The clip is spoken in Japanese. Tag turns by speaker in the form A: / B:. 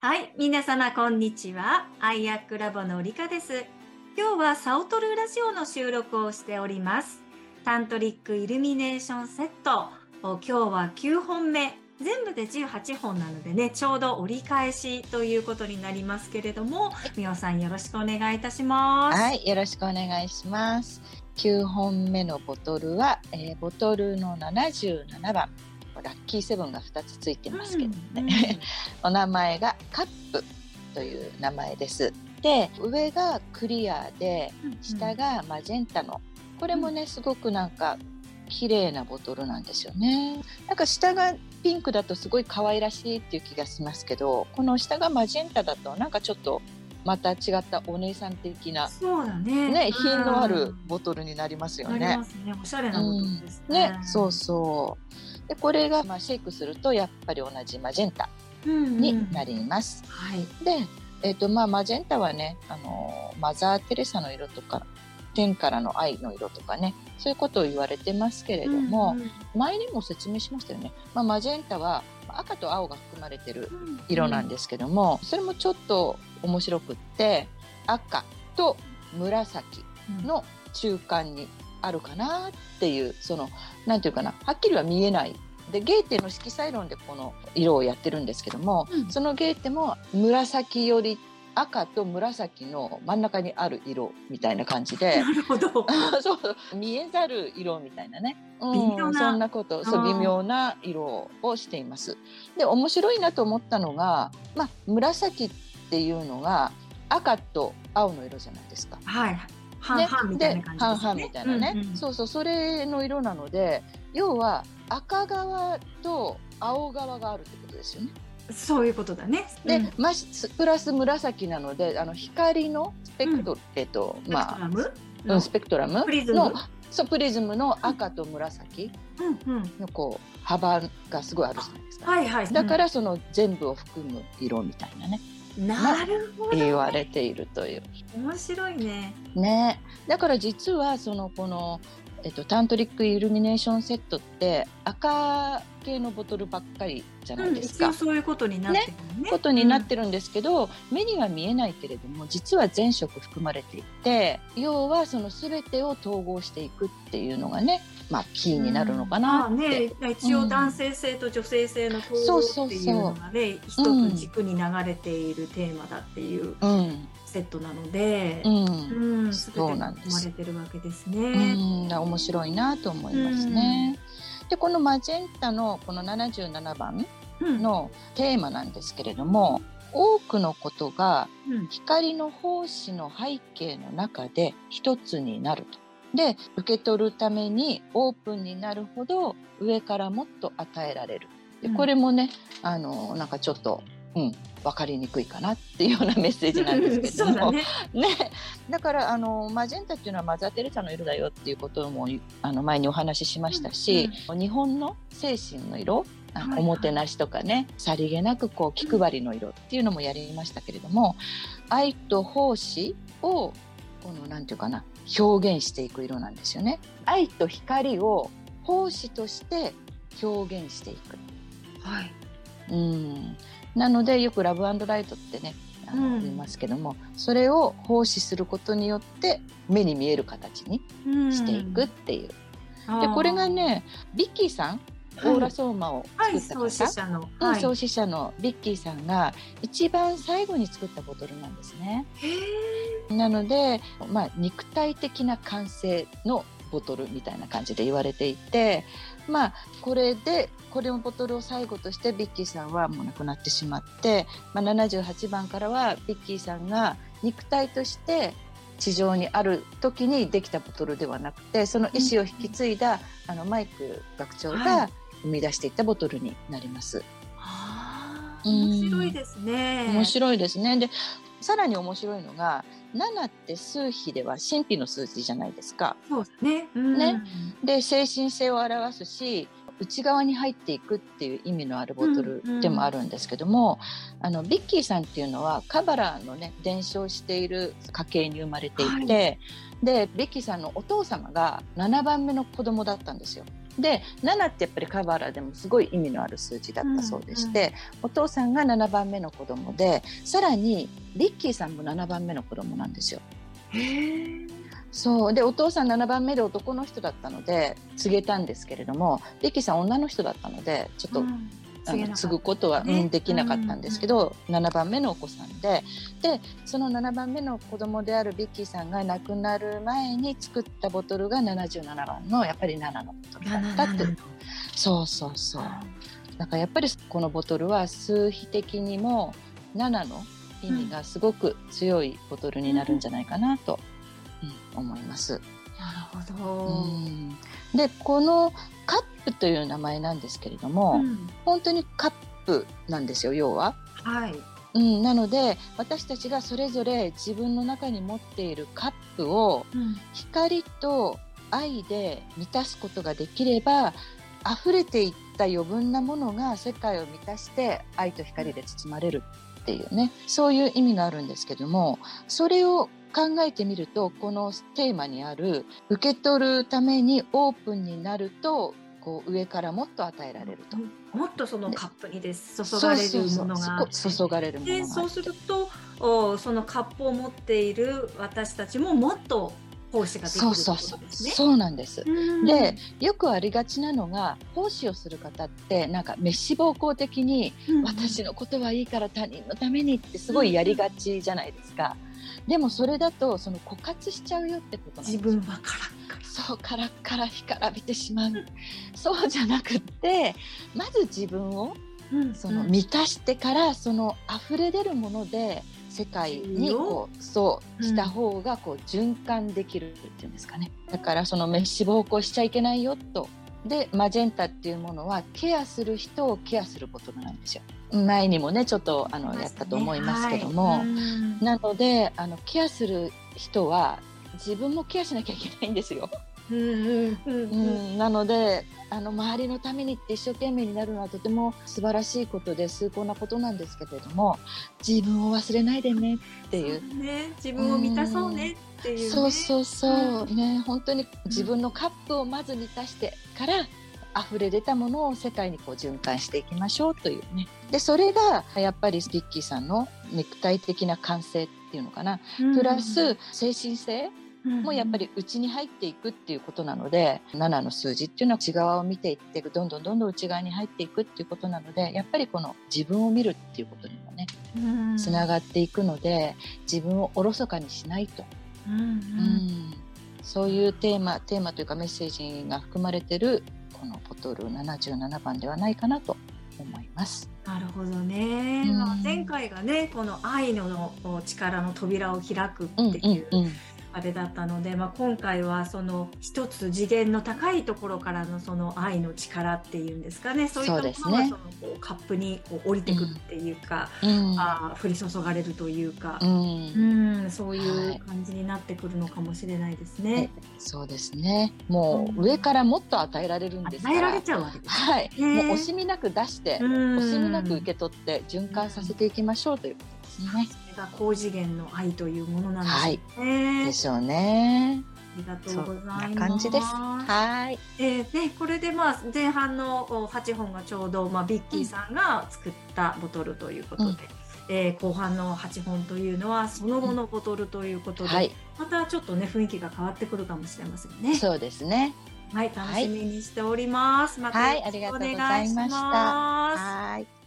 A: はい、皆様こんにちは。アイアックラボのりかです。今日はサオトルラジオの収録をしております。タントリックイルミネーションセット。今日は9本目。全部で18本なのでね、ちょうど折り返しということになりますけれども、みおさんよろしくお願いいたします。
B: はい、よろしくお願いします。9本目のボトルは、ボトルの77番。ラッキーセブンが2つついてますけどね、お名前がカップという名前です。で、上がクリアで下がマジェンタの、これもねすごくなんか綺麗なボトルなんですよね。なんか下がピンクだとすごい可愛らしいっていう気がしますけど、この下がマジェンタだとなんかちょっとまた違ったお姉さん的な、
A: そうだね、
B: 品のあるボトルになりますよね。
A: なりますね。おしゃれなボトルですね。
B: そうそう。でこれがシェイクするとやっぱり同じマジェンタになります。
A: はい。
B: で、マジェンタはね、マザー・テレサの色とか天からの愛の色とかね、そういうことを言われてますけれども、前にも説明しましたよね。マジェンタは赤と青が含まれてる色なんですけども、それもちょっと面白くって、赤と紫の中間にあるかなっていう、そのなんていうかな、はっきりは見えないで、ゲーテの色彩論でこの色をやってるんですけども、そのゲーテも紫より赤と紫の真ん中にある色みたいな感じで、
A: なるほど
B: そう見えざる色みたいなね、そんなこと、微妙な色をしています。で、面白いなと思ったのが、紫っていうのが赤と青の色じゃないですか。
A: はい、半々みたいな感じですね。
B: 半々みたいなね、そうそれの色なので、要は赤側と青側があるってことですよね。
A: そういうことだね。
B: で、プラス紫なので、光のスペクトル、スペクトラムのプリズムの赤と紫のこう幅がすごいあるじゃないですか。だからその全部を含む色みたいなね、
A: なるほど、
B: 言われているという。
A: 面白いね。
B: だから実はこのタントリックイルミネーションセットって赤系のボトルばっかりじゃないですか。
A: 一応そういうことになってるね。
B: ことになってるんですけど、目には見えないけれども実は全色含まれていて、要はその全てを統合していくっていうのがね、キーになるのかなって。
A: 一応男性性と女性性の統合っていうのがね、一つ軸に流れているテーマだっていうセットなので、全て含まれてるわけですね。
B: 面白いなと思いますね。で、このマジェンタのこの77番のテーマなんですけれども、多くのことが光の胞子の背景の中で一つになると。で、受け取るためにオープンになるほど上からもっと与えられる。で、これもね、なんかちょっと分かりにくいかなっていうようなメッセージなんですけどもだからマジェンタっていうのはマザー・テレサの色だよっていうことも前にお話ししましたし、日本の精神の色、おもてなしとかね、さりげなくこう気配りの色っていうのもやりましたけれども、愛と胞子をこのなんていうかな、表現していく色なんですよね。愛と光を胞子として表現していく。なのでよくラブ&ライトってね言いますけども、それを奉仕することによって目に見える形にしていくっていう。で、これがね、ビッキーさん、オーラソーマを作った方、創始者のビッキーさんが一番最後に作ったボトルなんですね。なので、肉体的な完成のボトルみたいな感じで言われていて、これのボトルを最後としてビッキーさんはもう亡くなってしまって、78番からはビッキーさんが肉体として地上にある時にできたボトルではなくて、その意思を引き継いだマイク学長が生み出していったボトルになります。
A: 面白いですね。
B: 面白いですね。で、さらに面白いのが、7って数比では神秘の数字じゃないですか。
A: そうですね。
B: で、精神性を表すし、内側に入っていくっていう意味のあるボトルでもあるんですけども、ビッキーさんっていうのはカバラのね、伝承している家系に生まれていて、でビッキーさんのお父様が7番目の子供だったんですよ。 で7ってやっぱりカバラでもすごい意味のある数字だったそうでして、お父さんが7番目の子供で、さらにビッキーさんも7番目の子供なんですよ。
A: へー。
B: そうで、お父さん7番目で男の人だったので告げたんですけれども、ビッキーさん女の人だったのでちょっと、継ぐことは、できなかったんですけど、7番目のお子さんで、その7番目の子供であるビッキーさんが亡くなる前に作ったボトルが77番のやっぱり7のボトルだったっていう。そうそうそう。だからやっぱりこのボトルは数比的にも7の意味がすごく強いボトルになるんじゃないかなと、思います。
A: なるほど。
B: でこのカップという名前なんですけれども、本当にカップなんですよ、要は。
A: はい。
B: なので私たちがそれぞれ自分の中に持っているカップを光と愛で満たすことができれば、溢れていった余分なものが世界を満たして愛と光で包まれるっていうね、そういう意味があるんですけども、それを考えてみると、このテーマにある受け取るためにオープンになると、こう上からもっと与えられると、
A: もっとそのカップにです注がれるものがあって、
B: 注がれるものがあって、
A: そうするとそのカップを持っている私たちももっと奉仕ができるってことですね。
B: そうなんです。でよくありがちなのが、奉仕をする方ってなんか滅私暴行的に、私のことはいいから他人のためにってすごいやりがちじゃないですか。でもそれだとその枯渇しちゃうよってことなんです。
A: 自分はカラッカラ、
B: そうカラッカラ干からびてしまう、そうじゃなくって、まず自分をその満たしてから、その溢れ出るもので世界にこうそうした方がこう循環できるっていうんですかね。だからその滅私暴行しちゃいけないよと。でマジェンタっていうものはケアする人をケアすることなんですよ。前にもねちょっとやったと思いますけども、なのでケアする人は自分もケアしなきゃいけないんですよ。なので周りのためにって一生懸命になるのはとても素晴らしいことで崇高なことなんですけれども、自分を忘れないでねっていう、
A: 自分を満たそうねっていう、
B: そうね、本当に自分のカップをまず満たしてから溢れ出たものを世界にこう循環していきましょうというね。でそれがやっぱりビッキーさんの肉体的な完成っていうのかな、プラス精神性もやっぱり内に入っていくっていうことなので、7の数字っていうのは内側を見ていってどんどん内側に入っていくっていうことなので、やっぱりこの自分を見るっていうことにもねつながっていくので、自分をおろそかにしないと、そういうテーマというかメッセージが含まれてるこのボトル77番ではないかなと思います。
A: なるほどね。前回がねこの愛の力の扉を開くっていうあれだったので、今回はその一つ次元の高いところからのその愛の力っていうんですかね、そういったものがそのカップにこう降りてくるっていうか、降り注がれるというか、そういう感じになってくるのかもしれないですね。
B: そうですね。もう上からもっと与えられるんですから、
A: 与えられちゃうわけです。
B: はい、もう惜しみなく出して惜しみなく受け取って循環させていきましょうということですね。
A: それが高次元の愛というものなんですね。
B: でしょうね。
A: ありがとうございます。
B: そんな感じです。はい。
A: これで前半の8本がちょうどビッキーさんが作ったボトルということで、後半の8本というのはその後のボトルということで、またちょっとね雰囲気が変わってくるかもしれませんね。
B: そうですね。
A: はい、楽しみにしております。またよろしくお願いします。
B: はい、ありがとうございました。はい。